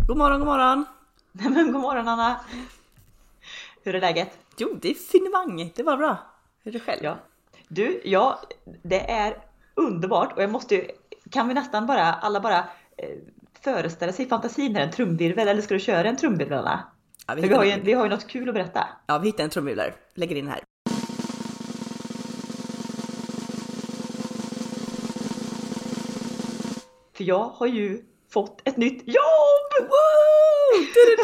God morgon, god morgon. Nej, men god morgon Anna. Hur är läget? Jo, det är finemang. Det var bra. Hur är det själv? Ja. Du, ja, det är underbart och jag måste ju, kan vi nästan bara föreställa sig i fantasin här en trumvirvel, eller ska du köra en trumvirvel, Anna? Ja, För vi har ju något kul att berätta. Ja, vi hittar en trumvirvel. Lägger in här. För jag har ju fått ett nytt jobb! Woo!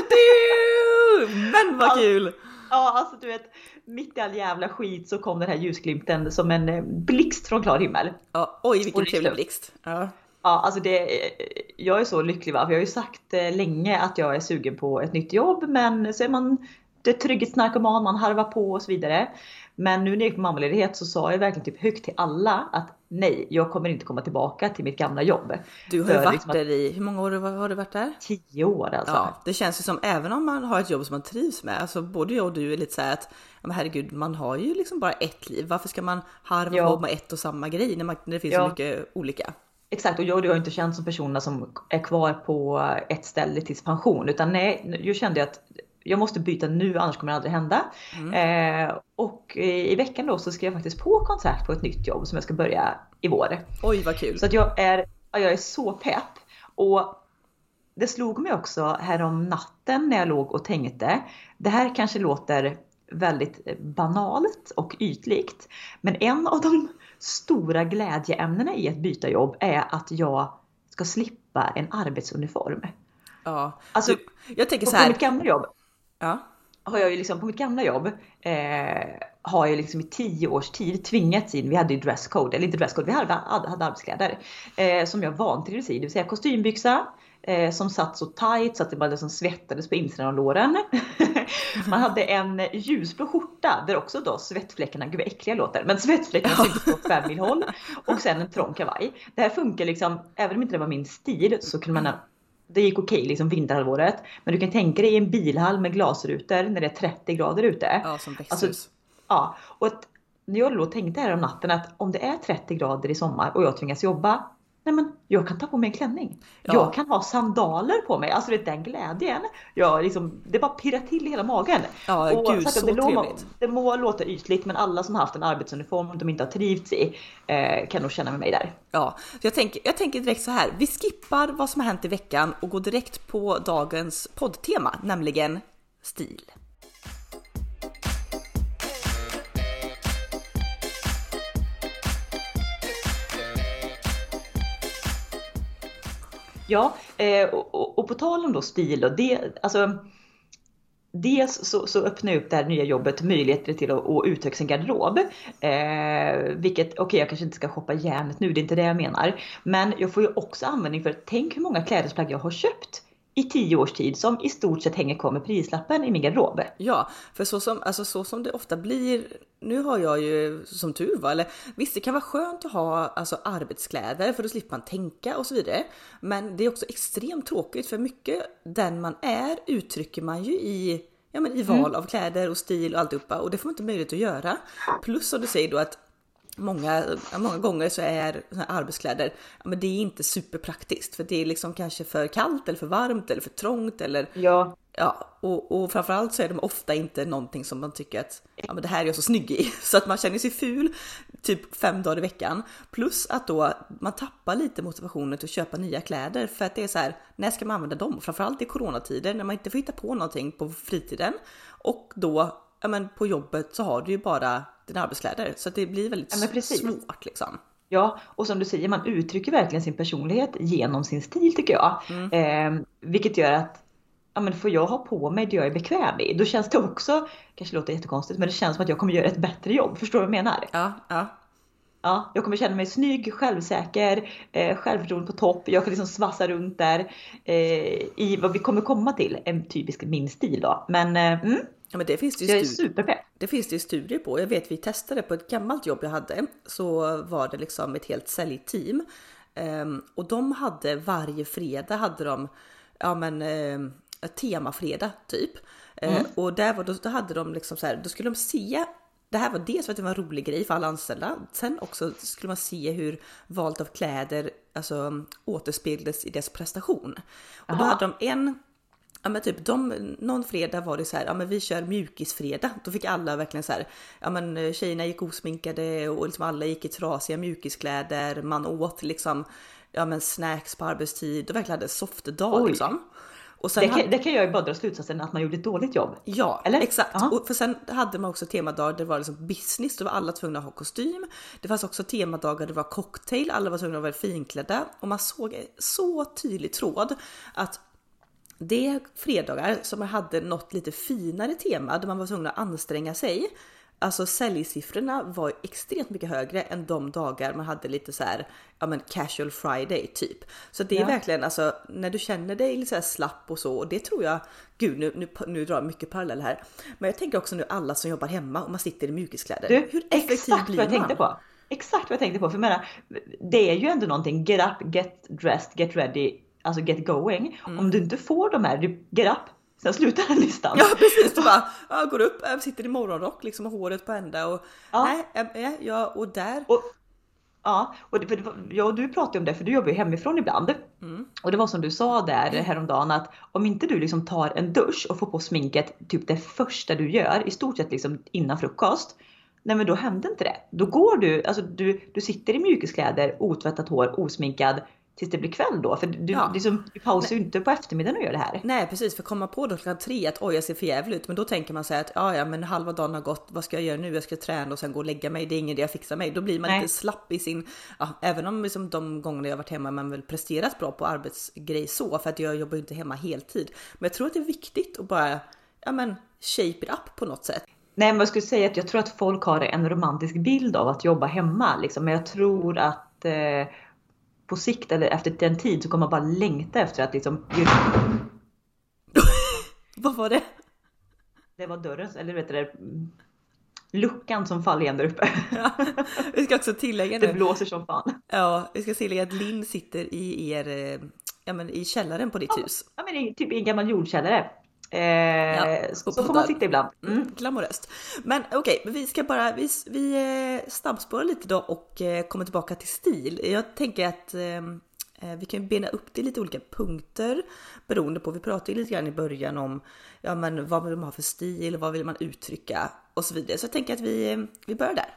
Men vad kul! Ja, alltså du vet, mitt i all jävla skit så kom den här ljusglimten som en blixt från klar himmel. Ja, oj, vilken trevlig blixt. Ja. Ja, alltså jag är så lycklig, va? För jag har ju sagt länge att jag är sugen på ett nytt jobb, men så är man det trygghetsnarkoman, man harvar på och så vidare. Men nu när jag gick på mammaledighet så sa jag verkligen typ högt till alla att nej, jag kommer inte komma tillbaka till mitt gamla jobb. Du har ju varit där i, hur många år har du varit där? 10 år alltså. Ja, det känns ju som, även om man har ett jobb som man trivs med, alltså både jag och du är lite så här att, men herregud, man har ju liksom bara ett liv. Varför ska man harva på med ett och samma grej när det finns så mycket olika? Exakt, och jag har inte känt som personerna som är kvar på ett ställe tills pension. Utan nej, jag kände att jag måste byta nu, annars kommer det aldrig hända. Och i veckan då så skrev jag faktiskt på kontrakt på ett nytt jobb som jag ska börja i vår. Oj, vad kul. Så att jag är så pepp. Och det slog mig också här om natten när jag låg och tänkte. Det här kanske låter väldigt banalt och ytligt. Men en av de stora glädjeämnena i att byta jobb är att jag ska slippa en arbetsuniform. Ja, alltså, jag tänker så här. På mitt gamla jobb har jag ju liksom, har jag liksom i 10 års tid tvingats in. Vi hade ju dresscode, eller inte dresscode, vi hade arbetskläder som jag vantrivdes i. Det vill säga kostymbyxa som satt så tight så att det bara liksom svettades på insidan av låren. Man hade en ljusblå skjorta där också då svettfläckarna, gud vad äckliga låter, men svettfläckarna syntes på 5 mil håll, och sen en trång kavaj. Det här funkar liksom, även om inte det var min stil så kunde man, det gick okej liksom vinterhalvåret, men du kan tänka dig en bilhall med glasrutor när det är 30 grader ute. Ja, som växthus. Alltså, ja, och när jag då tänkte här om natten att om det är 30 grader i sommar och jag tvingas jobba, nej men jag kan ta på mig en klänning. Ja. Jag kan ha sandaler på mig. Alltså det är den glädjen. Det bara pirrar till i hela magen. Ja, och gud, så trevligt. Det må låta ytligt, men alla som har haft en arbetsuniform de inte har trivts i kan nog känna med mig där. Ja, så jag tänker direkt så här. Vi skippar vad som har hänt i veckan och går direkt på dagens poddtema, nämligen stil. Ja, och på tal om då stil och dels så öppnar upp det här nya jobbet möjligheter till att utöka sin garderob. Vilket, jag kanske inte ska shoppa järnet nu, det är inte det jag menar. Men jag får ju också användning för, tänk hur många klädesplagg jag har köpt i 10 års tid som i stort sett hänger kvar med prislappen i min garderob. Ja, för så som det ofta blir, nu har jag ju som tur var, eller visst det kan vara skönt att ha arbetskläder för att slippa man tänka och så vidare. Men det är också extremt tråkigt för mycket den man är uttrycker man ju i val av kläder och stil och alltihopa, och det får man inte möjlighet att göra. Plus som du säger då att många gånger så är såna här arbetskläder, men det är inte superpraktiskt för det är liksom kanske för kallt eller för varmt eller för trångt eller och framförallt så är de ofta inte någonting som man tycker att men det här är jag så snygg i, så att man känner sig ful typ 5 dagar i veckan, plus att då man tappar lite motivationen till att köpa nya kläder för att det är så här, när ska man använda dem? Framförallt i coronatider när man inte får hitta på någonting på fritiden, och då på jobbet så har du ju bara dina arbetskläder, så att det blir väldigt svårt liksom. Ja, och som du säger, man uttrycker verkligen sin personlighet genom sin stil tycker jag. Vilket gör att får jag ha på mig det jag är bekväm i, då känns det också, kanske låter jättekonstigt, men det känns som att jag kommer göra ett bättre jobb. Förstår du vad jag menar? Ja, jag kommer känna mig snygg, självsäker, självförtroende på topp. Jag kan liksom svassa runt där i vad vi kommer komma till, en typisk min stil då. Men det finns det ju det finns det ju studier på. Jag vet vi testade på ett gammalt jobb jag hade, så var det liksom ett helt säljteam. Och de hade varje fredag hade de temafredag typ. Och då hade de liksom så här, då skulle de se, det här var dels för att det var en rolig grej för alla anställda. Sen också skulle man se hur valet av kläder återspeglades i deras prestation. Och då hade de Ja men typ någon fredag var det så här, ja men vi kör mjukisfredag. Då fick alla verkligen så här, ja men tjejerna gick osminkade och liksom alla gick i trasiga mjukiskläder. Man åt liksom, ja men snacks på arbetstid och verkligen hade soft dag liksom. Och sen det kan jag ju bara dra slutsatsen att man gjorde ett dåligt jobb. Ja, eller? Exakt. Och för sen hade man också temadagar där det var liksom business, då var alla tvungna att ha kostym. Det fanns också temadagar där det var cocktail, alla var tvungna att vara finklädda. Och man såg så tydlig tråd att det fredagar som man hade något lite finare tema där man var tvungen att anstränga sig. Alltså säljsiffrorna var extremt mycket högre än de dagar man hade lite så här, ja men casual friday typ. Så det är verkligen alltså när du känner dig lite så här slapp och så, och det tror jag, gud nu drar jag mycket parallell här. Men jag tänker också nu alla som jobbar hemma och man sitter i mjukiskläder. Hur effektiv blir man? Exakt vad jag tänkte på. För jag menar, det är ju ändå någonting, get up, get dressed, get ready, alltså get going. Om du inte får de här, du get up, sen slutar den listan. Ja precis, du bara går upp, sitter i morgonrock liksom och håret på ända och och där. Och du pratar om det, för du jobbar ju hemifrån ibland. Och det var som du sa där häromdagen, att om inte du liksom tar en dusch och får på sminket typ det första du gör, i stort sett liksom innan frukost, nej men då händer inte det. Då går du, alltså du sitter i mjukiskläder, otvättat hår, osminkad, tills det blir kväll då. För du pausar ju inte på eftermiddagen och gör det här. Nej precis, för komma på då 3 att oj jag ser för jävligt ut. Men då tänker man sig att ja men halva dagen har gått, vad ska jag göra nu? Jag ska träna och sen gå och lägga mig, det är ingen idé att fixa mig. Då blir man lite slapp i sin, även om liksom de gångerna jag har varit hemma man väl presterat bra på arbetsgrej så, för att jag jobbar ju inte hemma heltid. Men jag tror att det är viktigt att bara, shape it up på något sätt. Nej, men jag skulle säga att jag tror att folk har en romantisk bild av att jobba hemma liksom. Men jag tror att på sikt eller efter en tid så kommer man bara längta efter att liksom... Vad var det? Det var dörren, eller vet du det, luckan som faller igen där uppe. Ja, vi ska också tillägga nu. Det blåser som fan. Ja, vi ska tillägga att Linn sitter i i källaren på ditt hus. Ja, men typ i en gammal jordkällare. Så får man sitta ibland. Glamoröst. Men okej, vi ska bara vi snabbspårar lite då och kommer tillbaka till stil. Jag tänker att vi kan bena upp det i lite olika punkter beroende på, vi pratade ju lite grann i början om vad vill man ha för stil, vad vill man uttrycka och så vidare. Så jag tänker att vi börjar där.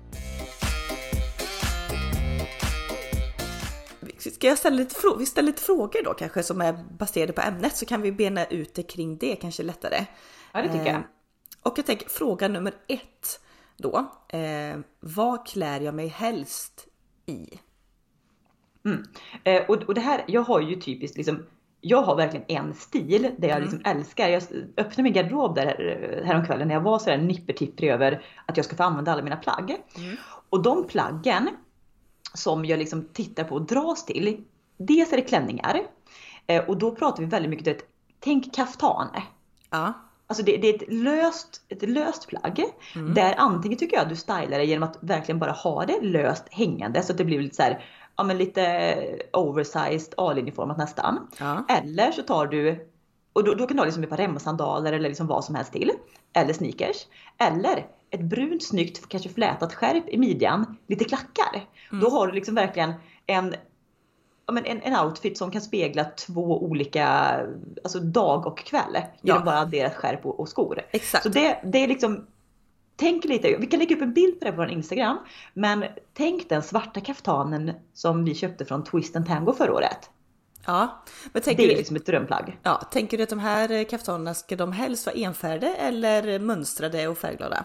Ska jag ställa vi ställer lite frågor då kanske som är baserade på ämnet, så kan vi bena ut det kring det kanske lättare. Ja, det tycker jag. Och jag tänker fråga nummer 1 då. Vad klär jag mig helst i? Och det här, jag har ju typiskt liksom, jag har verkligen en stil där jag liksom älskar. Jag öppnade min garderob där häromkvällen när jag var så där nippertipprig över att jag ska få använda alla mina plagg. Och de plaggen som jag liksom tittar på och dras till, dels är det klänningar. Och då pratar vi väldigt mycket, tänk kaftan. Ja. Alltså det är ett löst plagg. Där antingen tycker jag att du stylar det genom att verkligen bara ha det löst hängande. Så att det blir lite så här, lite oversized A-linjeformat nästan. Ja. Eller så tar du, och då kan du ha liksom ett par remsandaler eller liksom vad som helst till. Eller sneakers. Eller ett brunt, snyggt, kanske flätat skärp i midjan. Lite klackar. Då har du liksom verkligen en outfit som kan spegla 2 olika, alltså dag och kväll. Genom bara adderat skärp och skor. Exakt. Så det är liksom, tänk lite, vi kan lägga upp en bild på det på vår Instagram. Men tänk den svarta kaftanen som vi köpte från Twist & Tango förra året. Ja, men det är liksom ett drömplagg. Ja, tänker du att de här kaftanerna, ska de helst vara enfärgade eller mönstrade och färgglada?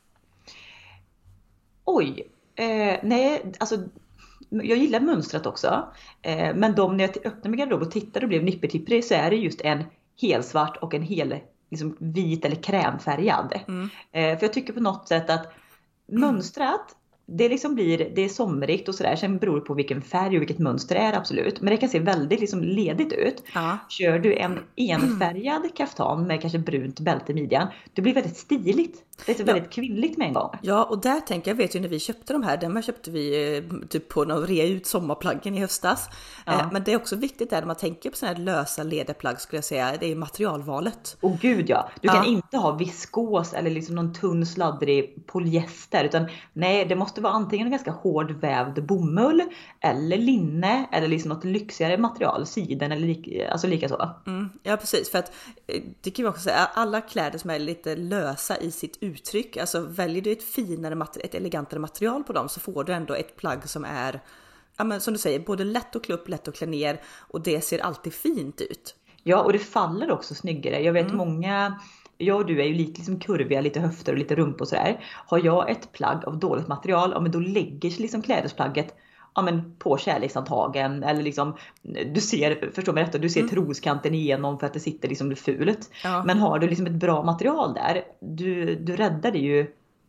Oj, nej, alltså jag gillar mönstrat också. Men när jag öppnade min garderob och tittade och blev nippertipprig, så är det just en helsvart och en hel liksom, vit eller krämfärgad. För jag tycker på något sätt att mönstrat, det liksom det är somrigt och sådär. Sen beror det på vilken färg och vilket mönster det är, absolut. Men det kan se väldigt liksom ledigt ut. Ja. Kör du en enfärgad kaftan med kanske brunt bälte i midjan, det blir väldigt stiligt. Det är väldigt kvinnligt med en gång. Ja, och där tänker jag, vet ju när vi köpte de här köpte vi typ på någon rea ut sommarplaggen i höstas. Men det är också viktigt där när man tänker på sådana här lösa ledarplagg, skulle jag säga, det är materialvalet. Åh gud ja, du kan inte ha viskos eller liksom någon tunn sladdrig polyester, utan nej, det måste vara antingen en ganska hård vävd bomull eller linne eller liksom något lyxigare material, siden eller alltså lika så. Ja precis, för att det kan vi också säga, alla kläder som är lite lösa i sitt uttryck, alltså väljer du ett finare, ett elegantare material på dem så får du ändå ett plagg som är, ja men som du säger, både lätt att klä upp, lätt att klä ner och det ser alltid fint ut. Ja, och det faller också snyggare. Jag vet många, jag och du är ju lite liksom kurviga, lite höfter och lite rump och sådär. Har jag ett plagg av dåligt material, ja men då lägger sig liksom klädesplagget på kärlekshandtagen eller liksom, du ser, förstår mig rätt, du ser troskanten igenom för att det sitter liksom fult. Ja. Men har du liksom ett bra material där, du räddar det ju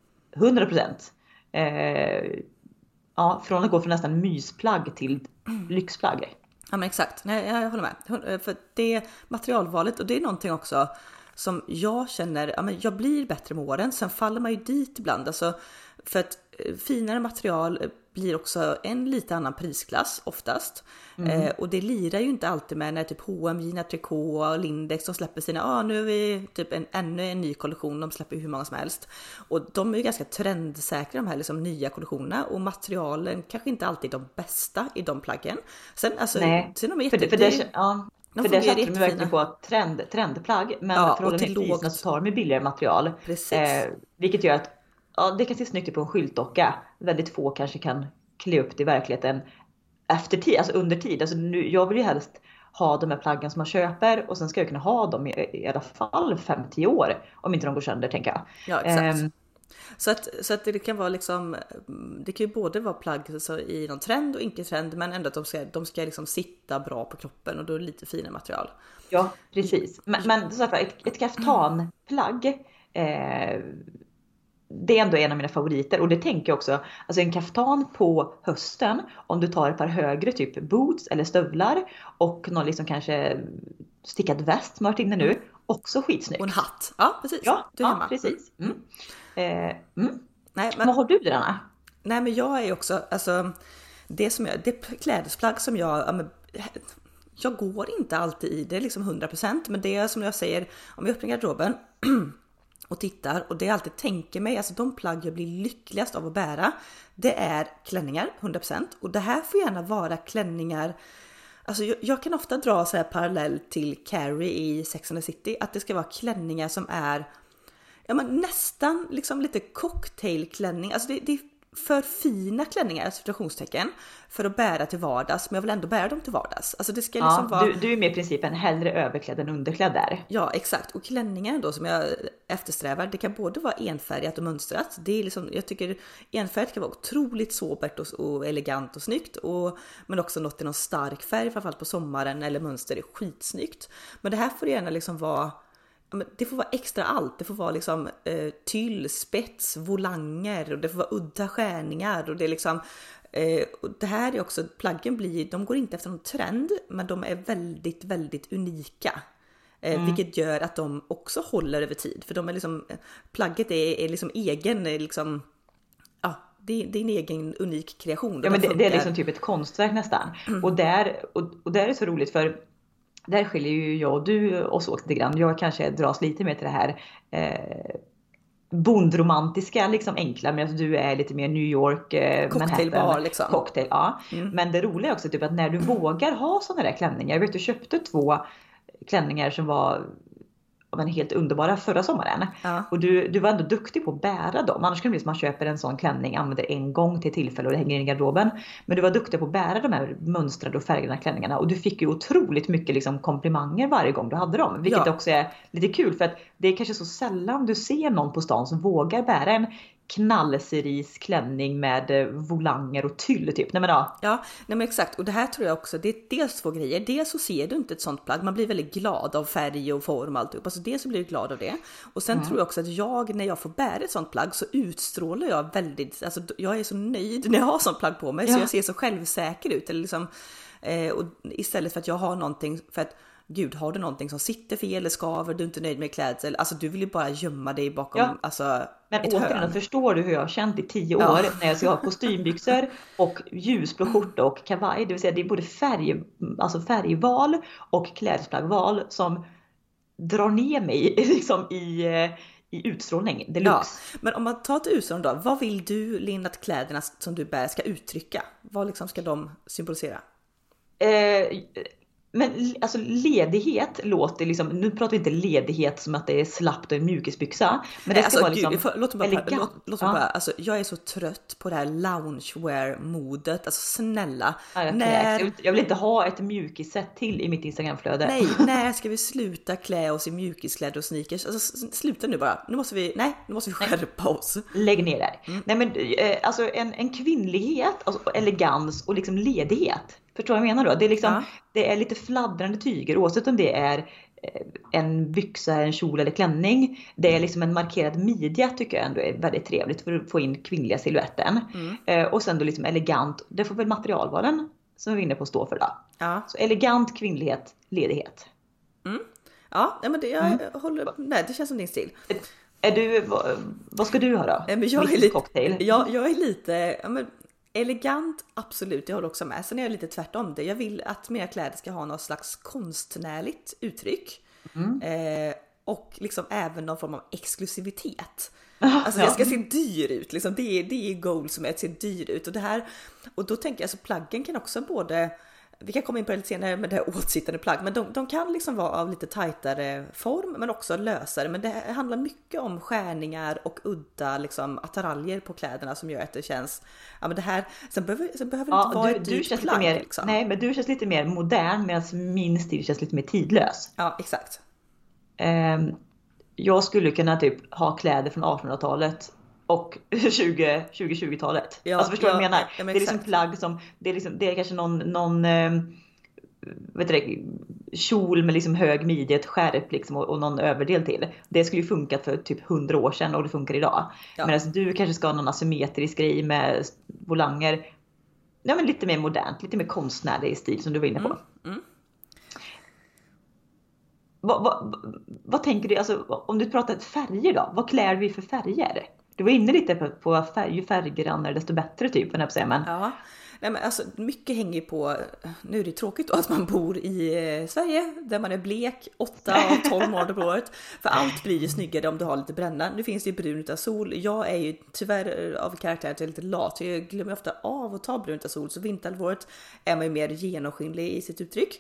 100%. Från att gå från nästan mysplagg till lyxplagg. Ja men exakt, nej, jag håller med. För det materialvalet, och det är någonting också som jag känner, ja men jag blir bättre med åren, sen faller man ju dit ibland. Alltså, för att finare material blir också en lite annan prisklass oftast. Och det lirar ju inte alltid med när typ H&M, Gina Tricot och Lindex som släpper sina, nu är vi typ ännu en ny kollektion, de släpper hur många som helst. Och de är ju ganska trendsäkra de här liksom nya kollektionerna, och materialen kanske inte alltid är de bästa i de plaggen. Sen alltså, sen de är för det sätter de verkligen på trendplagg, men förhållandevis så tar de billigare material. Vilket gör att det kan se snyggt ut på en skyltdocka. Väldigt få kanske kan klä upp det i verkligheten efter tid, alltså under tid. Alltså jag vill ju helst ha de här plaggen som man köper, och sen ska jag kunna ha dem i alla fall 5-10 år om inte de går sönder, tänker jag. Ja, exakt. Så att det kan vara liksom, det kan ju både vara plagg så i någon trend och inte trend, men ändå att de ska liksom sitta bra på kroppen, och då är det lite finare material. Ja, precis. Men så att ett kaftanplagg, det är ändå en av mina favoriter, och det tänker jag också, alltså en kaftan på hösten, om du tar ett par högre typ boots eller stövlar och någon liksom kanske stickad väst som har varit inne nu, också skitsnyggt. Och en hatt, ja precis. Ja, precis. Nej, men vad har du där, Anna? Nej men jag är också, alltså det klädesplagg som jag går inte alltid i det liksom 100%, men det är som jag säger, om jag öppnar garderoben och tittar, och det jag alltid tänker mig, alltså de plagg jag blir lyckligast av att bära, det är klänningar 100%, och det här får gärna vara klänningar. Alltså jag kan ofta dra så här parallell till Carrie i Sex and the City, att det ska vara klänningar som är nästan liksom lite cocktailklänning, alltså det är för fina klänningar, situationstecken, för att bära till vardags, men jag vill ändå bära dem till vardags. Alltså det ska liksom vara... Du är med i principen hellre överklädd än underklädd där. Ja, exakt. Och klänningar då som jag eftersträvar, det kan både vara enfärgat och mönstrat. Det är liksom, jag tycker enfärgat kan vara otroligt sobert och elegant och snyggt, men också något i någon stark färg, framförallt på sommaren, eller mönster är skitsnyggt. Men det här får gärna liksom vara, det får vara extra allt. Det får vara liksom tyll, spets, volanger, och det får vara udda skärningar, och det är liksom och det här är också, plaggen de går inte efter någon trend, men de är väldigt, väldigt unika. Vilket gör att de också håller över tid, för de är liksom, plagget är liksom egen liksom, det är en egen unik kreation. Ja, men det är liksom typ ett konstverk nästan. Och där är så roligt, för där skiljer ju jag och du oss åt lite grann. Jag kanske dras lite mer till det här bondromantiska, liksom enkla, men alltså du är lite mer New York, cocktailbar liksom. Cocktail, ja. Men det roliga är också typ att när du vågar ha sådana där klänningar. Jag vet, du köpte 2 klänningar som var helt underbara förra sommaren. Ja. Och du var ändå duktig på att bära dem. Annars kan det bli som man köper en sån klänning, använder en gång till tillfälle och det hänger in i garderoben. Men du var duktig på att bära de här mönstrade och färgerna klänningarna. Och du fick ju otroligt mycket liksom komplimanger varje gång du hade dem. Vilket också är lite kul, för att det är kanske så sällan du ser någon på stan som vågar bära en knallcerise klänning med volanger och tyll typ. Ja, men exakt. Och det här tror jag också, det är dels 2 grejer. Dels så ser du inte ett sånt plagg, man blir väldigt glad av färg och form och alltihop. Alltså dels så blir du glad av det. Och sen tror jag också att när jag får bära ett sånt plagg så utstrålar jag väldigt, alltså jag är så nöjd när jag har sånt plagg på mig, så jag ser så självsäker ut. Eller liksom, och istället för att jag har någonting, för att gud, har du någonting som sitter fel eller skaver, du är inte nöjd med klädsel, alltså du vill ju bara gömma dig bakom men återigen, förstår du hur jag har känt i 10 år när jag ska ha kostymbyxor och ljusblå skjorta och kavaj, det vill säga det är både färgval och klädesplaggval som drar ner mig liksom i utstrålning, Ja, deluxe. men om man tar till utstrålning då, vad vill du, Linn, att kläderna som du bär ska uttrycka? Vad liksom ska de symbolisera? Men alltså ledighet låter liksom, nu pratar vi inte ledighet som att det är slappt och en mjukisbyxa. Men det ska Alltså, vara liksom låt mig elegant. bara, alltså, jag är så trött på det här loungewear-modet. Alltså snälla. Ja, jag vill inte ha ett mjukissätt till i mitt Instagramflöde. Nej, när ska vi sluta klä oss i mjukiskläder och sneakers? Alltså sluta nu bara. Nu måste vi skärpa oss. Lägg ner där. Nej men alltså en kvinnlighet, alltså, elegans och liksom ledighet. Förstår du vad jag menar då? Det är liksom, det är lite fladdrande tyger, oavsett om det är en byxa, en kjol eller klänning. Det är liksom en markerad midja, tycker jag ändå är väldigt trevligt för att få in kvinnliga silhuetten. Och sen då liksom elegant, det får väl materialvalen som vi är inne på stå för då. Ja. Så elegant, kvinnlighet, ledighet. Ja, men det, jag håller, nej, det känns som din stil. Är du, vad ska du ha då? Men jag är lite, jag är lite, elegant, absolut, jag håller också med. Sen är jag lite tvärtom det. Jag vill att mina kläder ska ha något slags konstnärligt uttryck. Och liksom även någon form av exklusivitet. Alltså det ska se dyr ut. Liksom. Det är goal som är att se dyr ut. Och då tänker jag, alltså plaggen kan också både, vi kan komma in på det lite senare med det här åtsittande plagg, men de kan liksom vara av lite tajtare form men också lösare. Men det handlar mycket om skärningar och udda liksom attiraljer på kläderna som gör att det känns, ja men det här, sen behöver det inte vara ett dyrt plagg. Mer, liksom. Nej, men du känns lite mer modern medan min stil känns lite mer tidlös. Ja, exakt. Jag skulle kunna typ ha kläder från 1800-talet och 2020-talet. Ja, alltså förstår du vad jag menar? Ja, det är liksom plagg som, det är kanske någon vet du, kjol med liksom hög midja, ett skärp liksom, och någon överdel till. Det skulle ju funka för typ 100 år sedan och det funkar idag. Ja. Medan du kanske ska ha någon asymmetrisk grej med volanger. Ja, men lite mer modernt, lite mer konstnärlig stil som du var inne på. Vad tänker du, alltså, om du pratar färger då? Vad klär vi för färger? Du var inne lite på ju färggrannare desto bättre typ. Men... Ja, nej, men alltså, mycket hänger på, nu är det tråkigt då att man bor i Sverige där man är blek 8 av 12 månader på året. För allt blir ju snyggare om du har lite bränna. Nu finns det ju brun utan sol. Jag är ju tyvärr av karaktär att jag är lite lat. Jag glömmer ofta av att ta brun utan sol. Så vinterhalvåret är man ju mer genomskinlig i sitt uttryck.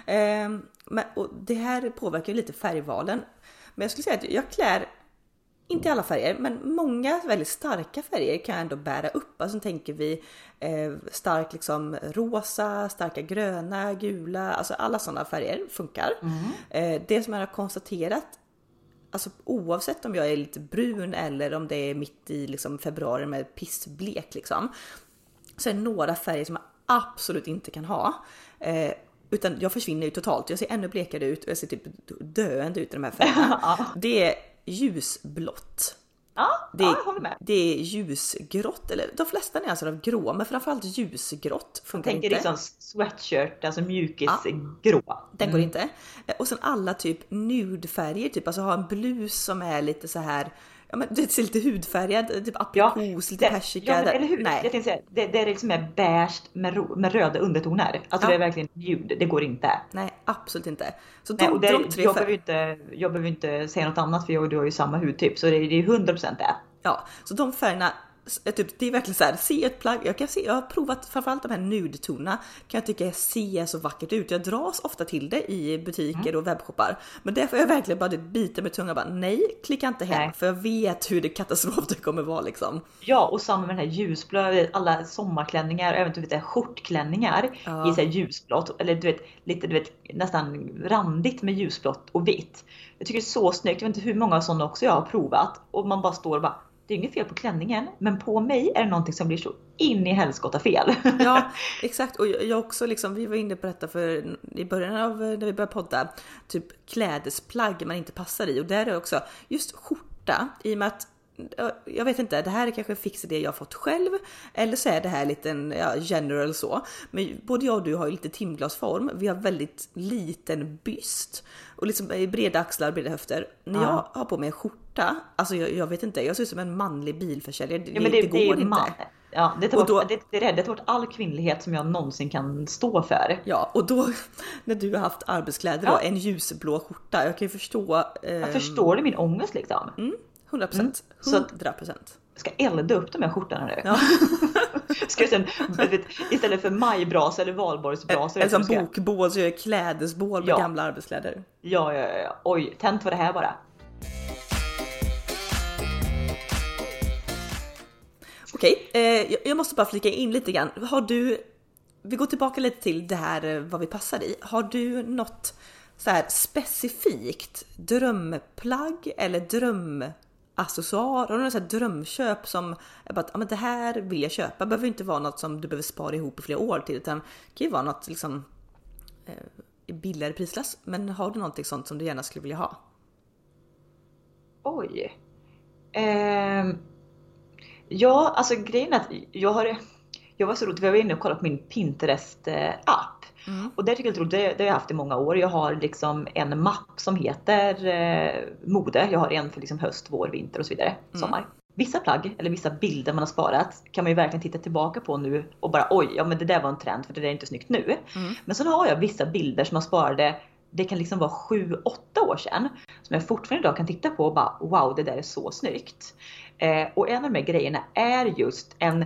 Och det här påverkar ju lite färgvalen. Men jag skulle säga att jag klär inte alla färger, men många väldigt starka färger kan jag ändå bära upp. Alltså tänker vi stark liksom rosa, starka gröna, gula, alltså alla sådana färger funkar. Det som jag har konstaterat, alltså oavsett om jag är lite brun eller om det är mitt i liksom februari med pissblek liksom, så är det några färger som jag absolut inte kan ha. Utan jag försvinner ju totalt. Jag ser ännu blekare ut och jag ser typ döende ut i de här färgerna. Det är ljusblått. Jag håller med. Det är ljusgrått, eller de flesta är alltså av grå, men framförallt ljusgrått funkar inte. Jag tänker liksom sweatshirt, alltså mjukisgrå. Den går inte. Och sen alla typ nudefärger, typ alltså ha en blus som är lite så här, ja men det ser lite hudfärgad, typ aprikos, lite persika. Ja, eller hur? Nej. Jag tänkte säga, det är liksom beige med röda undertoner. Alltså det är verkligen ljud, det går inte. Nej, absolut inte. Så jag behöver inte säga något annat för du har ju samma hudtyp, så det är 100% det. Ja, så de färgerna, typ, det är verkligen så här, se ett plagg, jag har provat framförallt de här nude-tonerna, kan jag tycka ser så vackert ut. Jag dras ofta till det i butiker och webbshoppar, men där får jag verkligen bara bita med tungan och bara nej, klicka inte hem, för jag vet hur det katastrof det kommer vara liksom. Ja, och samma med den här ljusblå, alla sommarklänningar, även du vet skjortklänningar i så här ljusblått, eller du vet nästan randigt med ljusblått och vitt. Jag tycker det är så snyggt. Jag vet inte hur många sådana också jag har provat, och man bara står och bara, det är inget fel på klänningen, men på mig är det någonting som blir så in i helskotta fel. Ja, exakt. Och jag också liksom, vi var inne på detta för i början av när vi började podda, typ klädesplagg man inte passar i. Och där är också just skjorta, i och med att jag vet inte, det här är kanske en fix idé jag har fått själv, eller så är det här lite en general så, men både jag och du har ju lite timglasform, vi har väldigt liten byst och liksom breda axlar, breda höfter. När jag har på mig en skjorta, alltså jag vet inte, jag ser ut som en manlig bilförsäljare. Det går inte. Ja, det tar bort all kvinnlighet som jag någonsin kan stå för. Ja, och då när du har haft arbetskläder då, en ljusblå skjorta, jag kan ju förstå. Jag förstår du min ångest liksom? 100%. Så 100%. ska elda upp de här skjortorna nu. Ja. Ska jag sen, istället för majbrasa eller valborgsbrasa. En sån bokbål så gör jag klädesbål med gamla arbetskläder. Ja. Oj, tänt var det här bara. Okej, jag måste bara flika in lite grann. Vi går tillbaka lite till det här vad vi passar i. Har du något så här specifikt drömplagg eller drömaccessoar? Har du något så här drömköp som är bara att det här vill jag köpa? Det behöver inte vara något som du behöver spara ihop i flera år till, utan det kan ju vara något liksom billigare prisklass. Men har du någonting sånt som du gärna skulle vilja ha? Oj. Ja, alltså grejen är att jag var så roligt, vi var inne och kollade på min Pinterest-app. Och det tycker jag är roligt, det har jag haft i många år. Jag har liksom en mapp som heter mode. Jag har en för liksom höst, vår, vinter och så vidare, sommar. Vissa plagg eller vissa bilder man har sparat kan man ju verkligen titta tillbaka på nu och bara oj, men det där var en trend för det där är inte snyggt nu. Men så har jag vissa bilder som jag sparade, det kan liksom vara 7-8 år sedan, som jag fortfarande idag kan titta på och bara wow, det där är så snyggt. Och en av de här grejerna är just en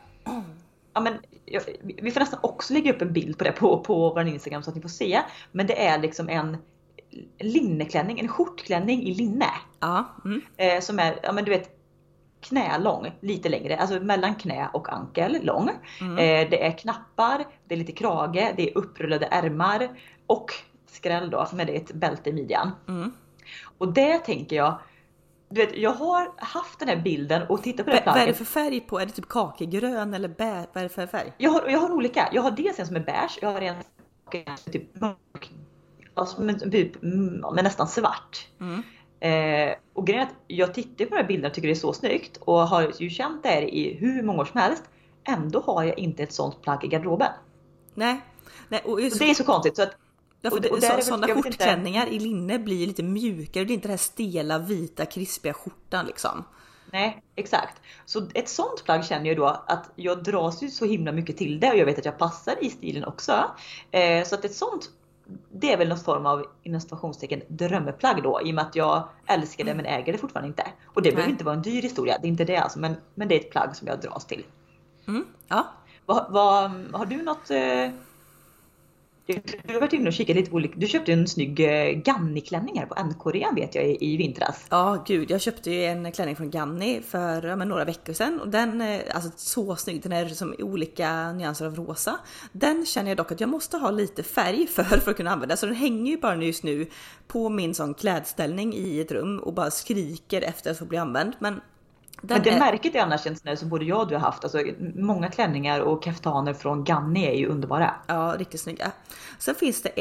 vi får nästan också lägga upp en bild på det på vår Instagram så att ni får se. Men det är liksom en linneklänning, en skjortklänning i linne. Som är, du vet, knälång, lite längre. Alltså mellan knä och ankel lång. Det är knappar, det är lite krage, det är upprullade ärmar. Och skräll då, med det ett bälte i midjan. Och det tänker jag, du vet, jag har haft den här bilden och tittat på det här plagget. Vad är det för färg på? Är det typ kakegrön eller vad är det för färg? Jag har olika. Jag har dels en som är beige. Jag har en typ mörk. Alltså, med nästan svart. Och grejen är att jag tittar på de här bilderna och tycker det är så snyggt. Och har ju känt det här i hur många år som helst. Ändå har jag inte ett sånt plagg i garderoben. Nej. Och så det är så konstigt. Så att, sådana skjortklänningar i linne blir lite mjukare. Det är inte den här stela, vita, krispiga skjortan liksom. Nej, exakt. Så ett sånt plagg känner jag då att jag dras ju så himla mycket till det. Och jag vet att jag passar i stilen också. Så att ett sånt, det är väl någon form av innovationstecken drömmeplagg då. I och med att jag älskar det men äger det fortfarande inte. Och det behöver inte vara en dyr historia. Det är inte det alltså. Men det är ett plagg som jag dras till. Ja. Har du något... Du har varit inne och kikat lite på olika. Du köpte en snygg Ganni-klänning här på NK-rean vet jag i vintras. Ja gud, jag köpte ju en klänning från Ganni för några veckor sedan. Och den är alltså så snygg, den är som olika nyanser av rosa. Den känner jag dock att jag måste ha lite färg för att kunna använda. Så den hänger ju bara just nu på min sån klädställning i ett rum och bara skriker efter att få bli använd. Men det märket är annars en sån där som både jag och du har haft. Alltså, många klänningar och kaftaner från Ganni är ju underbara. Ja, riktigt snygga. Sen finns det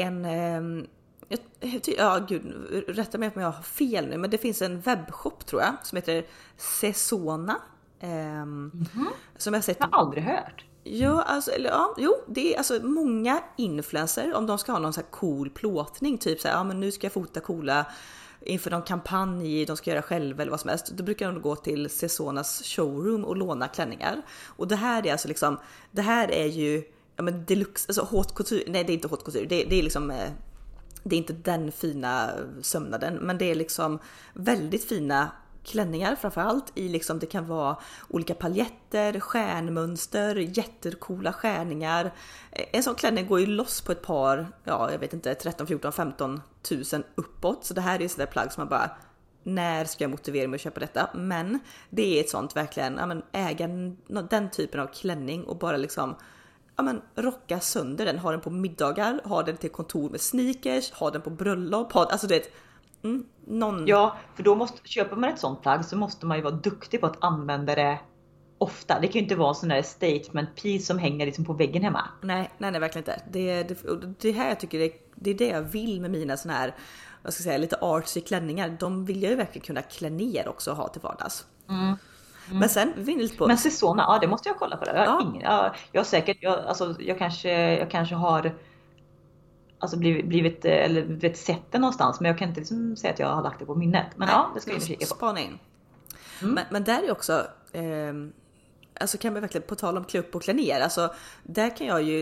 gud, rätta mig om jag har fel nu. Men det finns en webbshop tror jag som heter Sesona. Som jag har aldrig hört. Ja, det är alltså många influencer. Om de ska ha någon så här cool plåtning. Typ så här, men nu ska jag fota coola... inför någon kampanj de ska göra själva eller vad som helst, då brukar de gå till Sesonas showroom och låna klänningar. Och det här är alltså liksom, det här är ju deluxe, alltså haute couture, nej det är inte haute couture, det är liksom, det är inte den fina sömnaden, men det är liksom väldigt fina klänningar framförallt i liksom, det kan vara olika paljetter, stjärnmönster, jättekola skärningar. En sån klänning går ju loss på ett par, jag vet inte, 13, 14, 15 tusen uppåt. Så det här är ju sådär plagg som man bara, när ska jag motivera mig att köpa detta? Men det är ett sånt verkligen, äga den typen av klänning och bara liksom, rocka sönder den. Ha den på middagar, ha den till kontor med sneakers, ha den på bröllop, alltså det är Ja, för då köper man ett sånt plagg så måste man ju vara duktig på att använda det ofta. Det kan ju inte vara sån där statement piece som hänger liksom på väggen hemma. Nej, verkligen inte. Det här jag tycker det är det jag vill med mina såna här, vad ska jag säga, lite artsy klänningar. De vill jag ju verkligen kunna klä ner också och ha till vardags. Men sen vinner lite på. Men Sesona, det måste jag kolla på det. Jag har säkert, jag kanske har alltså blivit eller sett det någonstans, men jag kan inte liksom säga att jag har lagt det på minnet. Men det ska jag kika på. Spana in. Men där är också alltså kan man verkligen, på tal om klä upp och klä ner, alltså där kan jag ju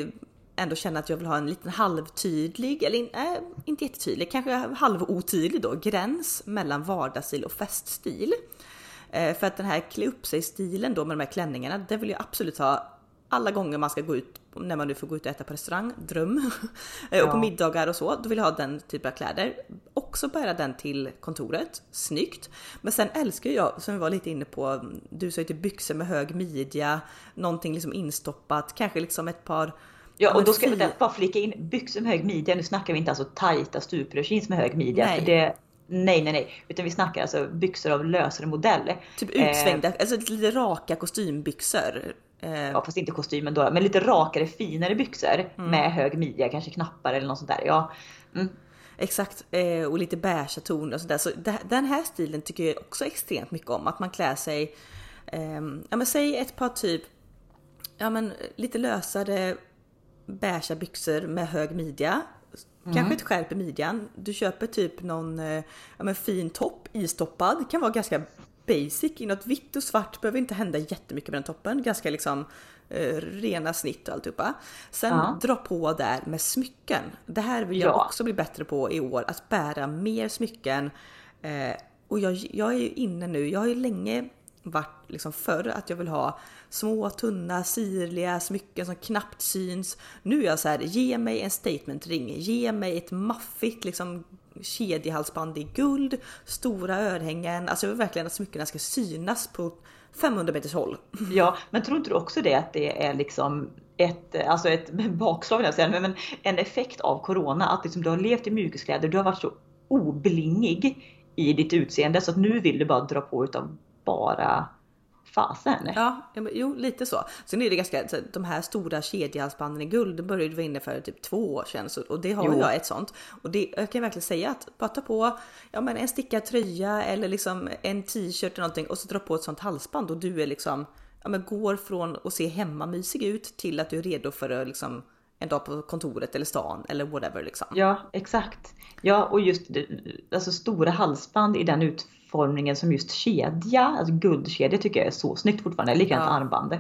ändå känna att jag vill ha en liten halvtydlig, eller inte jättetydlig, kanske halvotydlig då, gräns mellan vardagsstil och feststil. För att den här klä upp sig-stilen då med de här klänningarna, det vill jag absolut ha alla gånger man ska gå ut, när man nu får gå ut och äta på restaurang, dröm. Och på middagar och så, då vill jag ha den typen av kläder. Också bära den till kontoret, snyggt. Men sen älskar jag, som vi var lite inne på, du sa ju till byxor med hög midja, någonting liksom instoppat, kanske liksom ett par... Ja, och då ska jag bara flika in, byxor med hög midja, nu snackar vi inte alltså tajta stuprörsjeans med hög midja, Nej. för det... Nej. Utan vi snackar alltså byxor av lösare modell. Typ utsvängda, alltså lite raka kostymbyxor. Ja, fast inte kostymen då, men lite rakare, finare byxor med hög midja, kanske knappar eller något sånt där. Ja. Exakt, och lite beige ton och sådär. Så den här stilen tycker jag också extremt mycket om. Att man klär sig, ja men säg ett par typ, ja men lite lösare beige byxor med hög midja. Kanske ett skärp i midjan. Du köper typ någon fin topp istoppad. Kan vara ganska basic i något vitt och svart. Behöver inte hända jättemycket med den toppen. Ganska liksom rena snitt och alltihopa. Sen dra på där med smycken. Det här vill jag också bli bättre på i år. Att bära mer smycken. Och jag är ju inne nu. Jag har ju länge varit liksom förr att jag vill ha små, tunna, sirliga smycken som knappt syns. Nu är jag så här, ge mig en statementring, ge mig ett maffigt liksom kedjehalsband i guld, stora örhängen. Alltså jag vill verkligen att smyckena ska synas på 500 meters håll. Ja, men tror inte du också det att det är liksom ett bakslag, men en effekt av corona, att liksom du har levt i mjukiskläder, du har varit så oblingig i ditt utseende så att nu vill du bara dra på utav bara fasen. Ja, jo, lite så. Sen är det ganska, de här stora kedjehalsbanden i guld, det började vi inne för typ 2 år sedan, och det har jag ett sånt. Och det, jag kan verkligen säga att bara ta på en stickad tröja eller liksom en t-shirt eller någonting och så dra på ett sånt halsband och du är liksom, går från att se hemmamysig ut till att du är redo för liksom en dag på kontoret eller stan eller whatever liksom. Ja, exakt. Ja, och just alltså stora halsband i den utformningen som just kedja, alltså guldkedja tycker jag är så snyggt fortfarande, likadant armband.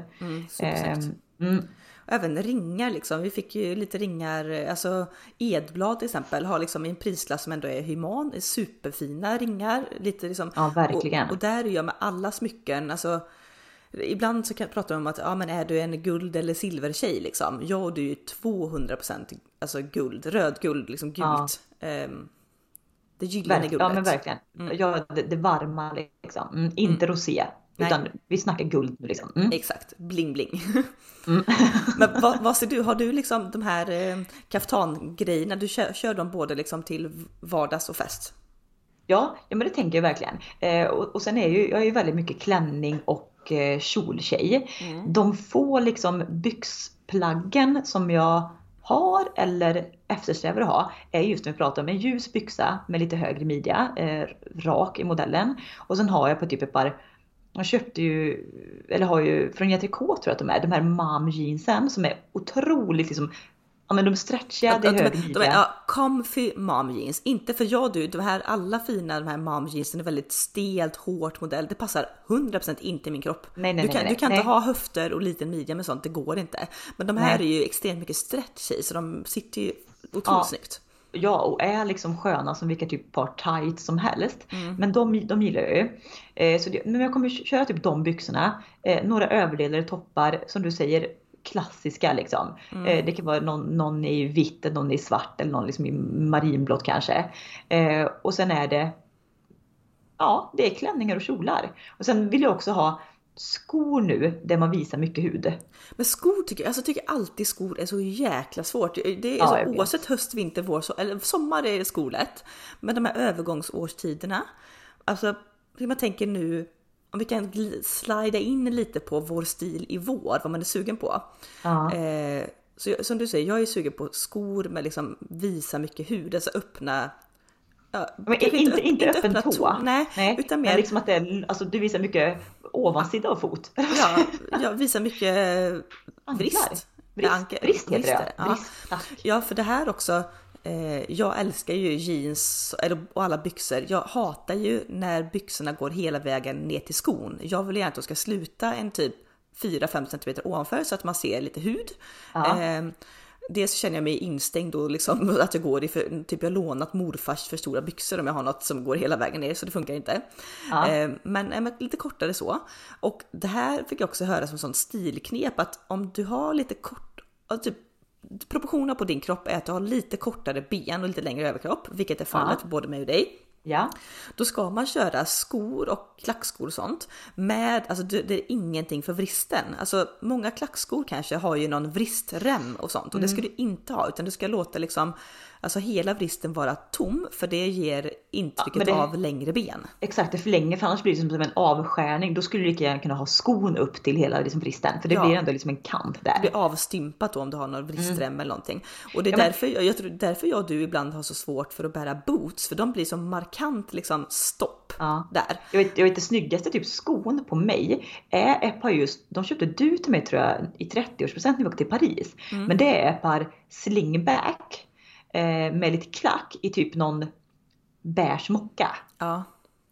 Även ringar liksom, vi fick ju lite ringar, alltså Edblad till exempel har liksom en prisklass som ändå är human, superfina ringar, lite liksom. Ja, verkligen. Och där är jag med alla smycken, alltså ibland så kan jag prata om att är du en guld eller silvertjej liksom. Jag du är ju 200% alltså guld, rödguld liksom gult. Det gyllene guldet. Ja, men verkligen. Ja, det varma liksom. Inte rosé. Utan vi snackar guld nu liksom. Exakt, bling bling. Men vad ser du? Har du liksom de här kaftangrejerna? Du kör dem både liksom till vardags och fest? Ja, men det tänker jag verkligen. Och sen jag är ju väldigt mycket klänning och kjoltjej. De få liksom byxplaggen som jag har eller eftersträvar att ha är just när vi pratar om en ljus byxa med lite högre midja, rak i modellen. Och sen har jag på typ ett par, jag köpte ju, eller har ju från Jätrikå tror jag att de här mom jeansen som är otroligt liksom, men de stretchiga, det är hög midja. Comfy mom jeans. Inte för de här alla fina, de här mom jeansen är väldigt stelt, hårt modell. Det passar 100% inte i min kropp. Nej, du kan inte ha höfter och liten midja med sånt, det går inte. Men de här är ju extremt mycket stretch i, så de sitter ju otroligt snyggt. Ja, och är liksom sköna som vilka typ par tights som helst. Men de gillar jag ju. Men jag kommer köra typ de byxorna. Några överdelade toppar, som du säger, klassiska liksom. Det kan vara någon i vitt, någon i svart eller någon liksom i marinblått kanske. Och sen är det det är klänningar och kjolar. Och sen vill jag också ha skor nu där man visar mycket hud. Men skor tycker alltid skor är så jäkla svårt. Det är så, oavsett höst, vinter, vår eller sommar är det skolet. Men de här övergångsårstiderna, alltså hur man tänker nu, om vi kan slida in lite på vår stil i vår, vad man är sugen på. Så som du säger, jag är sugen på skor med liksom visa mycket hud, alltså öppna. Men inte öppen tå. Nej, utan mer men liksom att det är, alltså du visar mycket ovansida av fot. Jag visar mycket vrist. Vrist heter det. Ja, för det här också. Jag älskar ju jeans och alla byxor. Jag hatar ju när byxorna går hela vägen ner till skon. Jag vill gärna att de ska sluta en typ 4-5 cm ovanför så att man ser lite hud. dels känner jag mig instängd och liksom att jag går i typ jag har lånat morfars för stora byxor om jag har något som går hela vägen ner, så det funkar inte. Ja. Men lite kortare så. Och det här fick jag också höra som sån stilknep, att om du har lite kort, typ proportionerna på din kropp är att du har lite kortare ben och lite längre överkropp, vilket är fallet för både mig och dig. Ja. Då ska man köra skor och klackskor och sånt med, alltså det är ingenting för vristen. Alltså många klackskor kanske har ju någon vristrem och sånt, och det ska du inte ha, utan du ska låta liksom, alltså hela vristen vara tom, för det ger intrycket av längre ben. Exakt, det förlänger, för annars blir det som en avskärning. Då skulle du lika gärna kunna ha skon upp till hela liksom vristen, för det blir ändå liksom en kant där. Det blir avstympat då om du har någon vristrem eller någonting. Och det är därför jag och du ibland har så svårt för att bära boots, för de blir så markant liksom stopp där. Jag vet det snyggaste typ skon på mig är ett par, just de köpte du till mig tror jag i 30-årspresent när vi åkte till Paris. Men det är ett par slingback med lite klack i typ någon beige mocka. Ja.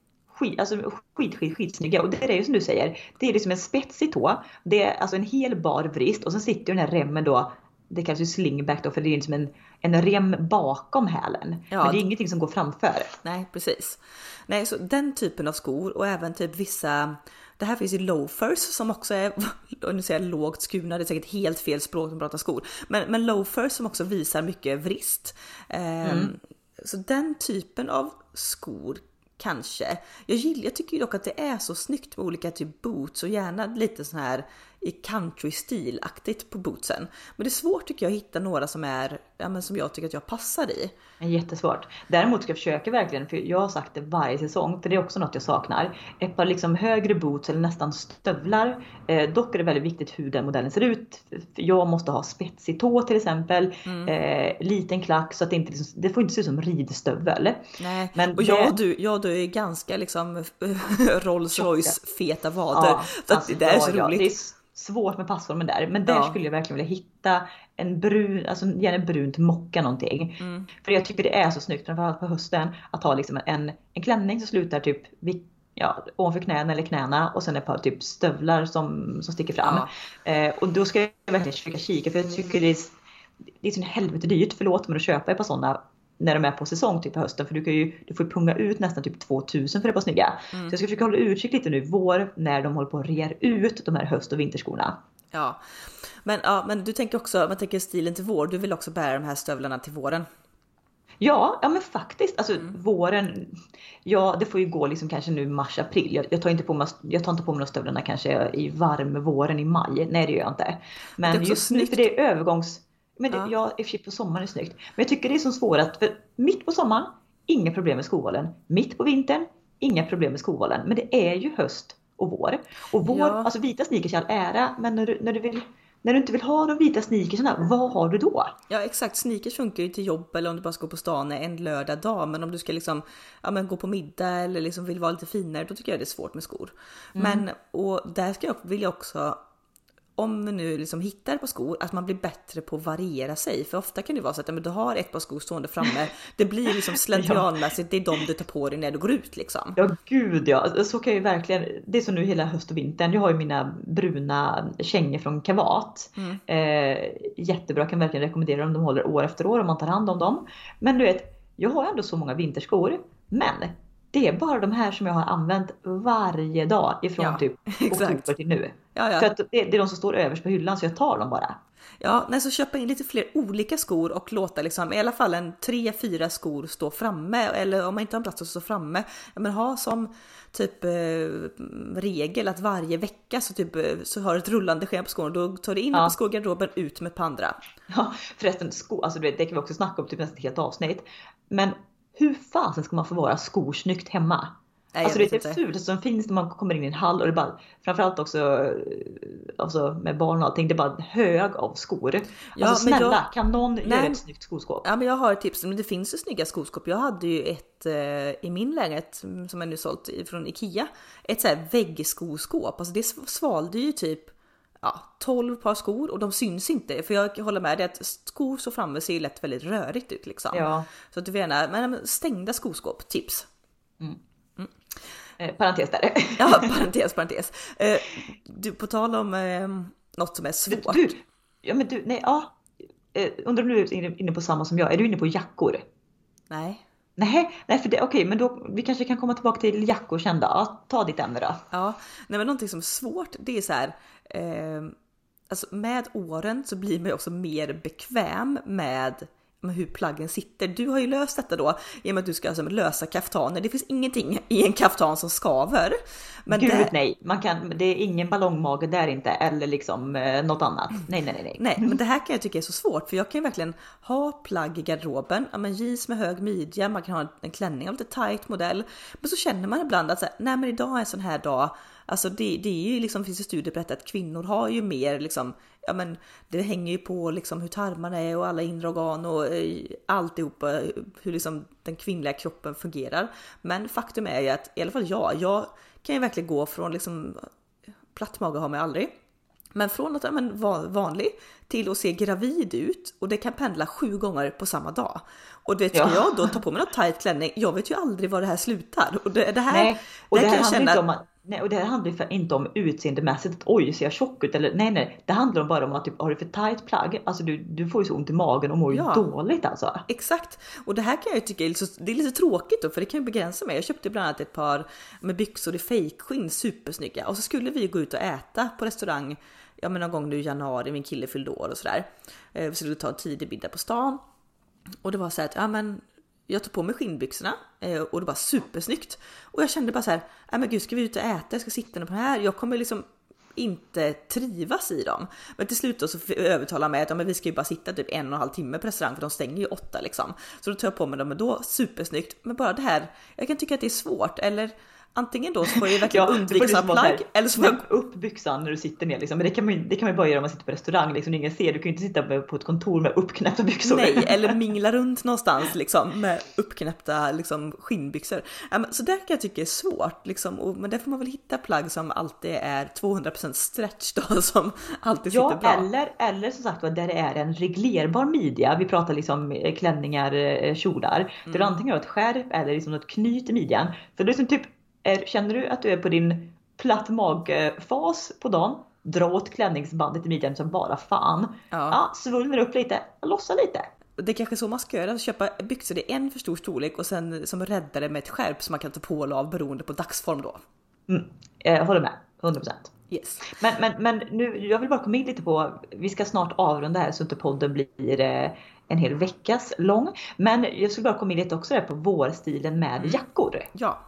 Skitsnygga. Och det är ju som du säger, det är liksom en spetsig tå. Det är alltså en hel bar vrist, och så sitter den här remmen då, det kallas ju slingback då, för det är som en rem bakom hälen. Ja, men det är ingenting som går framför. Nej, precis. Nej, så den typen av skor, och även typ vissa, det här finns ju loafers som också är, nu säger jag lågt skurna, det är säkert helt fel språk som pratar skor, men loafers som också visar mycket vrist. Så den typen av skor kanske. Jag tycker ju dock att det är så snyggt med olika typ boots, och gärna lite så här i country-stilaktigt på bootsen. Men det är svårt tycker jag att hitta några som är, som jag tycker att jag passar i. Jättesvårt. Däremot ska jag försöka verkligen, för jag har sagt det varje säsong, för det är också något jag saknar. Ett par liksom högre boots eller nästan stövlar. Dock är det väldigt viktigt hur den modellen ser ut. Jag måste ha spetsig tå till exempel. Liten klack, så att det inte liksom, det får inte se ut som ridstövel. Nej, men och jag du är ganska liksom Rolls Royce feta vader. Ja, så alltså, det är så roligt. Det är svårt med passformen där, men där skulle jag verkligen vilja hitta en brun, alltså gärna brunt mocka någonting. För jag tycker det är så snyggt, framförallt på hösten, att ha liksom en klänning som slutar typ ovanför knäna eller knäna, och sen ett par typ stövlar som sticker fram. Och då ska jag verkligen försöka kika, för jag tycker det är så helvete dyrt, förlåt, men att köpa ett par sådana när de är på säsong typ på hösten, för du får punga ut nästan typ 2000 för det på snygga. Så jag ska försöka hålla utkik lite nu i vår, när de håller på att rear ut de här höst- och vinterskorna. Ja, men du tänker också, man tänker stilen till vår, du vill också bära de här stövlarna till våren. Ja men faktiskt, alltså våren, det får ju gå liksom kanske nu mars-april. Jag tar inte på mig de stövlarna kanske i våren i maj. Nej, det gör jag inte. Men just nu, för det är övergångs. Men jag är på sommaren är snyggt. Men jag tycker det är så svårt, för mitt på sommaren, inga problem med skovalen. Mitt på vintern, inga problem med skovalen. Men det är ju höst och vår. Och vår, alltså vita sneakers i all ära, men när du inte vill ha de vita sneakersarna, vad har du då? Ja, exakt. Sneakers funkar ju till jobb, eller om du bara ska gå på stan en lördag dag. Men om du ska liksom, gå på middag eller liksom vill vara lite finare, då tycker jag det är svårt med skor. Men, och där vill jag också, om man nu liksom hittar på skor, att man blir bättre på att variera sig. För ofta kan det vara så att du har ett par skor stående framme. Det blir liksom slentrianmässigt, det är de du tar på dig när du går ut liksom. Ja, gud ja. Så kan jag ju verkligen, det är så nu hela höst och vintern. Jag har ju mina bruna kängor från Kavat. Jättebra, kan verkligen rekommendera dem. De håller år efter år om man tar hand om dem. Men du vet, jag har ändå så många vinterskor. Men det är bara de här som jag har använt varje dag ifrån typ oktober till nu. För att det är de som står överst på hyllan, så jag tar dem bara. Ja, så köpa in lite fler olika skor och låta liksom, i alla fall 3-4 skor stå framme. Eller om man inte har plats att stå framme, men ha som typ regel att varje vecka så har du ett rullande schema på skor, och då tar du in på skogarderoben, ut med ett par andra. Ja, förresten alltså det kan vi också snacka om typ nästan ett helt avsnitt. Men hur fasen ska man få vara skorsnyggt hemma? Nej, alltså det är fult som finns när man kommer in i en hall, och det är bara, framförallt också alltså med barn och allting, det är bara en hög av skor. Alltså snälla, kan någon göra ett snyggt skoskåp? Ja, men jag har ett tips, men det finns ju snygga skoskåp. Jag hade ju ett i min lägenhet som jag nu sålt från Ikea, ett så här väggskoskåp. Alltså det svalde ju typ 12 par skor, och de syns inte, för jag håller med dig att skor så framme ser lätt väldigt rörigt ut liksom. Ja. Så att du vill gärna, men stängda skoskåp, tips. Parentes där. Ja, parentes. Du, på tal om något som är svårt. undrar om du är inne på samma som jag. Är du inne på jackor? Nej. Nej, för det, okej, men då vi kanske kan komma tillbaka till jackor sen då. Ja, ta ditt ämne då. Ja, nej men någonting som är svårt, det är så här, alltså med åren så blir man ju också mer bekväm med hur plaggen sitter. Du har ju löst detta då i och med att du ska alltså lösa kaftaner. Det finns ingenting i en kaftan som skaver. Men Gud nej, det är ingen ballongmage där inte, eller liksom något annat. Nej. Nej, men det här kan jag tycka är så svårt, för jag kan ju verkligen ha plagg i garderoben, ja men jeans med hög midja, man kan ha en klänning av lite tight modell, men så känner man ibland att så här, nej men idag är en sån här dag, alltså det är ju liksom, finns det studier på att kvinnor har ju mer liksom, ja men det hänger ju på liksom hur tarmarna är och alla inre organ och alltihopa, hur liksom den kvinnliga kroppen fungerar. Men faktum är ju att i alla fall jag kan ju verkligen gå från liksom platt mage har man aldrig. Men från att vara vanlig till att se gravid ut, och det kan pendla 7 gånger på samma dag. Och det ska jag då ta på mig något tight klänning. Jag vet ju aldrig var det här slutar. Och det här, nej, och det här handlar inte om utseendemässigt att oj, ser jag tjock ut eller nej. Det handlar bara om att typ, har du för tight plagg, alltså du får ju så ont i magen och mår ju dåligt alltså. Exakt. Och det här kan jag tycka är lite tråkigt då, för det kan ju begränsa mig. Jag köpte bland annat ett par med byxor i fejkskinn, supersnygga. Och så skulle vi gå ut och äta på restaurang, ja men någon gång nu i januari, min kille fyllde år och sådär. Vi skulle ta en tidig middag på stan. Och det var så här att, ja men jag tog på mig skinnbyxorna och det var supersnyggt. Och jag kände bara så här, ja men gud, ska vi ut och äta? Jag ska sitta på här. Jag kommer liksom inte trivas i dem. Men till slut då så övertalade mig att ja, men vi ska ju bara sitta typ 1,5 timme på restaurang, för de stänger ju 8 liksom. Så då tar jag på mig dem, men då supersnyggt. Men bara det här, jag kan tycka att det är svårt. Eller antingen då så får jag verkligen undvika sådana plagg, eller så får jag upp byxan när du sitter ner liksom. Men det kan man ju bara göra om man sitter på restaurang liksom, ingen ser. Du kan ju inte sitta på ett kontor med uppknäppta byxor. Nej, eller mingla runt någonstans liksom med uppknäppta liksom skinnbyxor. Så där kan jag tycka är svårt liksom, men där får man väl hitta plagg som alltid är 200% stretch då, som alltid sitter bra. Eller som sagt, där det är en reglerbar midja. Vi pratar liksom klänningar, kjolar. Där du antingen har ett skärp eller liksom något knyt i midjan. För det är som typ, känner du att du är på din platt magfas på dagen, dra åt klänningsbandet i midjan som bara fan. Ja, svullnar upp lite, lossa lite. Det är kanske så man ska göra, köpa byxor i en för stor storlek och sen som räddar det med ett skärp som man kan ta på eller av beroende på dagsform då. Håller med, 100%. Yes. Men nu, jag vill bara komma in lite på, vi ska snart avrunda här så inte podden blir en hel veckas lång. Men jag skulle bara komma in lite också där på vårstilen med jackor. Ja.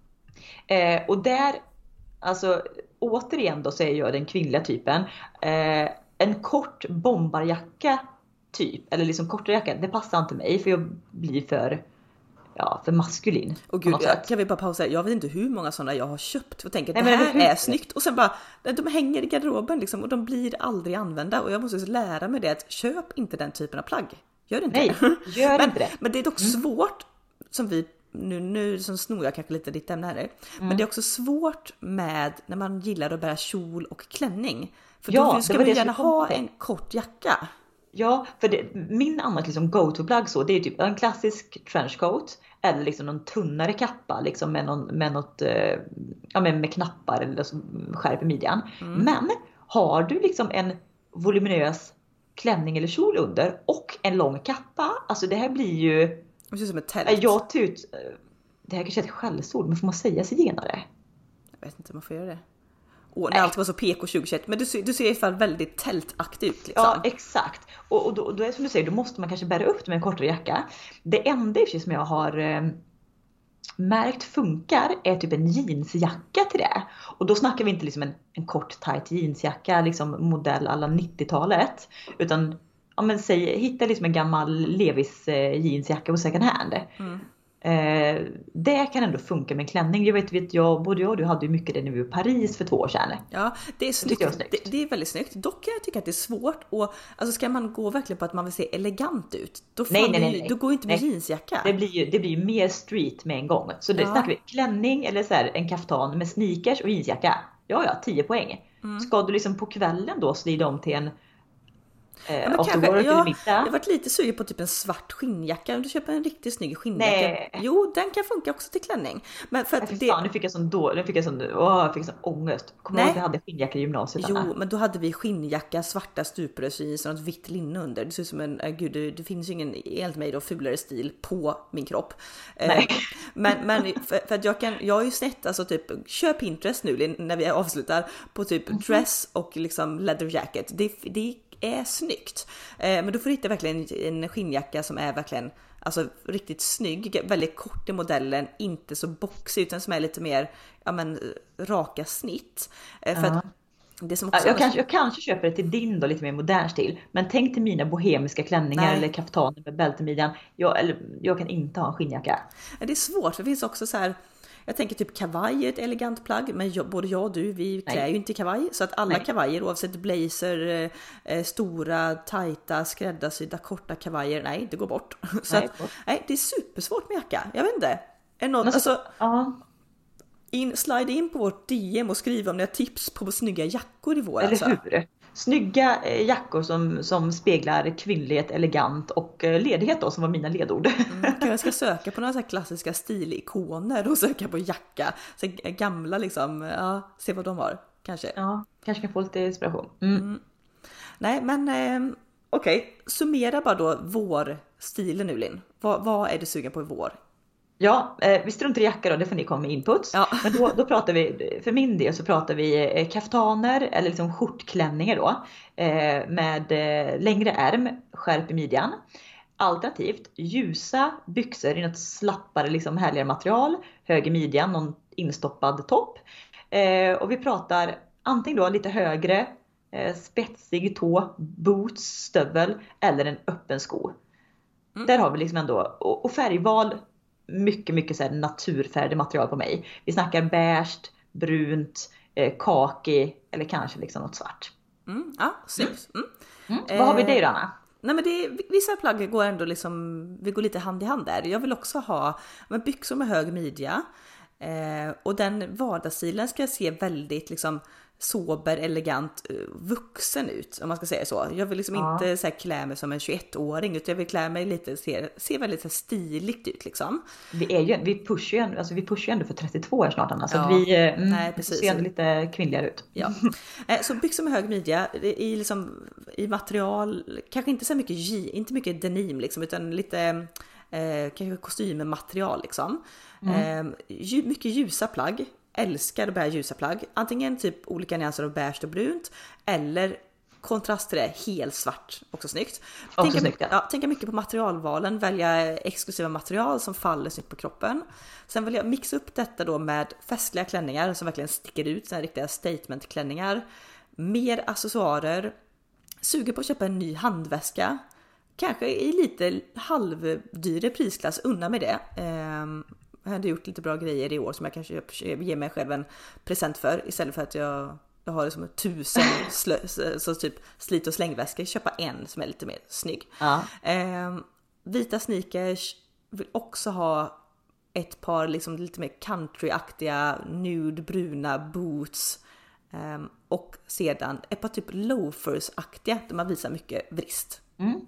Och där, alltså återigen då så är jag den kvinnliga typen. En kort bombarjacka typ, eller liksom kortare jacka, det passar inte mig för jag blir för maskulin. Och gud, kan vi bara pausa? Jag vet inte hur många sådana jag har köpt och tänker att det här är snyggt, och sen bara, de hänger i garderoben liksom, och de blir aldrig använda, och jag måste lära mig det att köp inte den typen av plagg. Gör inte det. Gör inte det. Men det är dock svårt, som vi nu som snor jag kanske lite ditt ämne här. Men det är också svårt med när man gillar att bära kjol och klänning. För då ska man gärna ha en kort jacka. Ja, för min annars liksom go-to-plagg så, det är typ en klassisk trenchcoat eller liksom någon tunnare kappa liksom med knappar eller så skärp i midjan. Men har du liksom en voluminös klänning eller kjol under och en lång kappa, alltså det här blir ju det ser som ett tält. Det här kanske är ett skällsord, men får man säga zigenare? Jag vet inte om man får göra det. Och när allt var så PK 2021, men du ser i alla fall väldigt tältaktig ut liksom. Ja, exakt. Och då är som du säger, då måste man kanske bära upp det med en kortare jacka. Det enda som jag har märkt funkar är typ en jeansjacka till det. Och då snackar vi inte liksom en kort tight jeansjacka liksom modell alla 90-talet, utan hitta liksom en gammal Levis jeansjacka på second hand. Det kan ändå funka med en klänning. Jag vet både jag och du hade ju mycket det när vi var i Paris för 2 år sedan. Ja, det är snyggt. Det är väldigt snyggt. Dock kan jag tycka att det är svårt, och alltså ska man gå verkligen på att man vill se elegant ut, då då går inte med jeansjacka. Det blir ju mer street med en gång. Så det snackar vi klänning eller så här, en kaftan med sneakers och jeansjacka. Ja, 10 poäng. Ska du liksom på kvällen då slida om till en Ja, men och kanske, då går det till jag middag. har varit lite sugen på typ en svart skinnjacka. Om du köper en riktigt snygg skinnjacka. Nej. Jo, den kan funka också till klänning. Men för att Fan, nu fick jag sån ångest. Kommer du ihåg att vi hade skinnjacka i gymnasiet? Jo, Anna? men då hade vi skinnjacka, svarta stuprörsjeans och något vitt linne under. Det ser ut som en, gud det finns ju ingen, enligt mig då, fulare stil på min kropp. Nej. Men för att jag har ju sett, alltså typ, kör Pinterest nu när vi avslutar på typ dress och liksom leather jacket. Det är snyggt. Men då får du hitta verkligen en skinnjacka som är verkligen, alltså riktigt snygg, väldigt kort i modellen, inte så boxig utan som är lite mer, ja men, raka snitt. För att det som också Jag kanske köper det till din då, lite mer modern stil. Men tänk till mina bohemiska klänningar eller kaftaner med bältemidjan. Jag kan inte ha en skinnjacka. Det är svårt, för det finns också så här. Jag tänker typ kavaj är ett elegant plagg, men både jag och du, vi klär ju inte kavaj. Så att alla kavajer, oavsett blazer, stora, tajta, skräddarsydda, korta kavajer, nej, det går bort. Så nej, det är supersvårt med jacka. Jag vet inte. Slide in på vårt DM och skriv om ni har tips på snygga jackor i vår. Eller hur? Snygga jackor som speglar kvinnlighet, elegant och ledighet då, som var mina ledord. Jag ska söka på några så här klassiska stilikoner och söka på jacka. Så gamla liksom, se vad de har. Kanske. Ja, kanske kan få lite inspiration. Nej, men okej. Summera bara då vårstilen nu, Linn. Vad är du sugen på i vår? Ja, vi struntar i jacka då, det får ni komma med inputs. Ja. Men då pratar vi, för min del så pratar vi kaftaner eller liksom skjortklänningar då. Med längre ärm, skärp i midjan. Alternativt ljusa byxor i något slappare, liksom härligare material. Hög i midjan, någon instoppad topp. Och vi pratar antingen då lite högre, spetsig tå, boots, stövel eller en öppen sko. Där har vi liksom ändå, och färgval, mycket så här naturfärdig material på mig. Vi snackar beige, brunt, kaki eller kanske liksom något svart. Ja, snyggt. Vad har vi dig då, Anna? Nej, men vissa plagg går ändå liksom, vi går lite hand i hand där. Jag vill också ha byxor med hög midja. Och den vardagsstilen ska se väldigt liksom sober, elegant, vuxen ut, om man ska säga så. Jag vill liksom inte så här klä mig som en 21-åring, utan jag vill klä mig lite, se väldigt så här stiligt ut liksom. Vi pushar ju ändå för 32 här snart, Anna, så att vi ser ändå lite kvinnligare ut. Ja. Så byxor med hög midja i material, kanske inte så mycket inte mycket denim liksom, utan lite kanske kostymmaterial liksom. Mycket ljusa plagg. Älskar att bära ljusa plagg. Antingen typ olika nyanser av beige och brunt, eller kontrast till det, helt svart. Också snyggt. Tänka mycket på materialvalen. Välja exklusiva material som faller snyggt på kroppen. Sen vill jag mixa upp detta då med festliga klänningar som verkligen sticker ut. Såna riktiga statementklänningar. Mer accessoarer. Suger på att köpa en ny handväska. Kanske i lite halvdyre prisklass. Unna mig det. Jag hade gjort lite bra grejer i år som jag kanske ger mig själv en present för, istället för att jag har det som 1000 så typ slit- och slängväskor. Köpa en som är lite mer snygg. Vita sneakers. Vill också ha ett par liksom lite mer countryaktiga nude bruna boots. Och sedan ett par typ loafers-aktiga där man visar mycket vrist.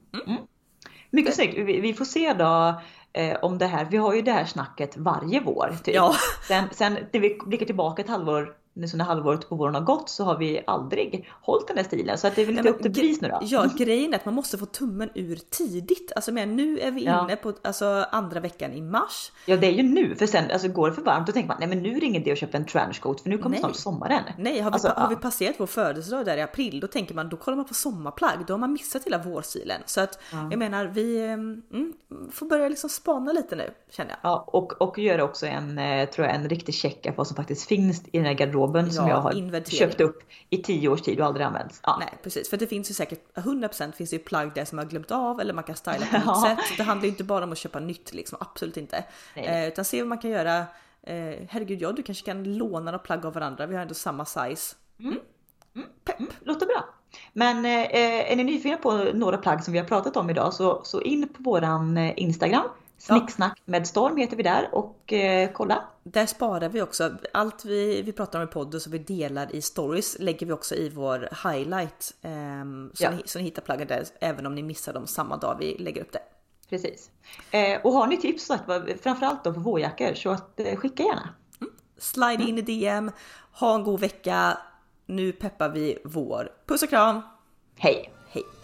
Mycket snyggt. Vi får se då om det här. Vi har ju det här snacket varje vår. Typ. Ja. Sen när vi blickar tillbaka ett halvår, när halvåret på våren har gått, så har vi aldrig hållit den här stilen. Så att det är väl lite upp till pris nu då. Ja, grejen är att man måste få tummen ur tidigt. Alltså men nu är vi inne på andra veckan i mars. Ja, det är ju nu. För sen går det för varmt, då tänker man, nej men nu är det ingen idé att köpa en trenchcoat, för nu kommer snart sommaren. Nej, har vi passerat vår födelsedag där i april, då tänker man, då kollar man på sommarplagg. Då har man missat hela vårstilen. Så att jag menar, vi får börja liksom spana lite nu, känner jag. Ja, och göra också en riktig check av vad som faktiskt finns i den här garderoben som jag har köpt upp i 10 års tid och aldrig använts. Ja. Nej, precis. För det finns ju säkert 100% finns det ju plagg där som man har glömt av, eller man kan styla på något sätt. Det handlar ju inte bara om att köpa nytt liksom, absolut inte. Utan se vad man kan göra. Herregud, du kanske kan låna några plagg av varandra. Vi har ändå samma size. Pepp. Låter bra. Men är ni nyfikna på några plagg som vi har pratat om idag, så in på våran Instagram, Snicksnack med Storm heter vi där och kolla. Där sparar vi också allt vi pratar om i podden som vi delar i stories lägger vi också i vår highlight. Så ni hittar plaggen där även om ni missar dem samma dag vi lägger upp det. Precis. Och har ni tips så att, framförallt då för vårjackor så att skicka gärna. Slide in i DM. Ha en god vecka. Nu peppar vi vår. Puss och kram. Hej. Hej.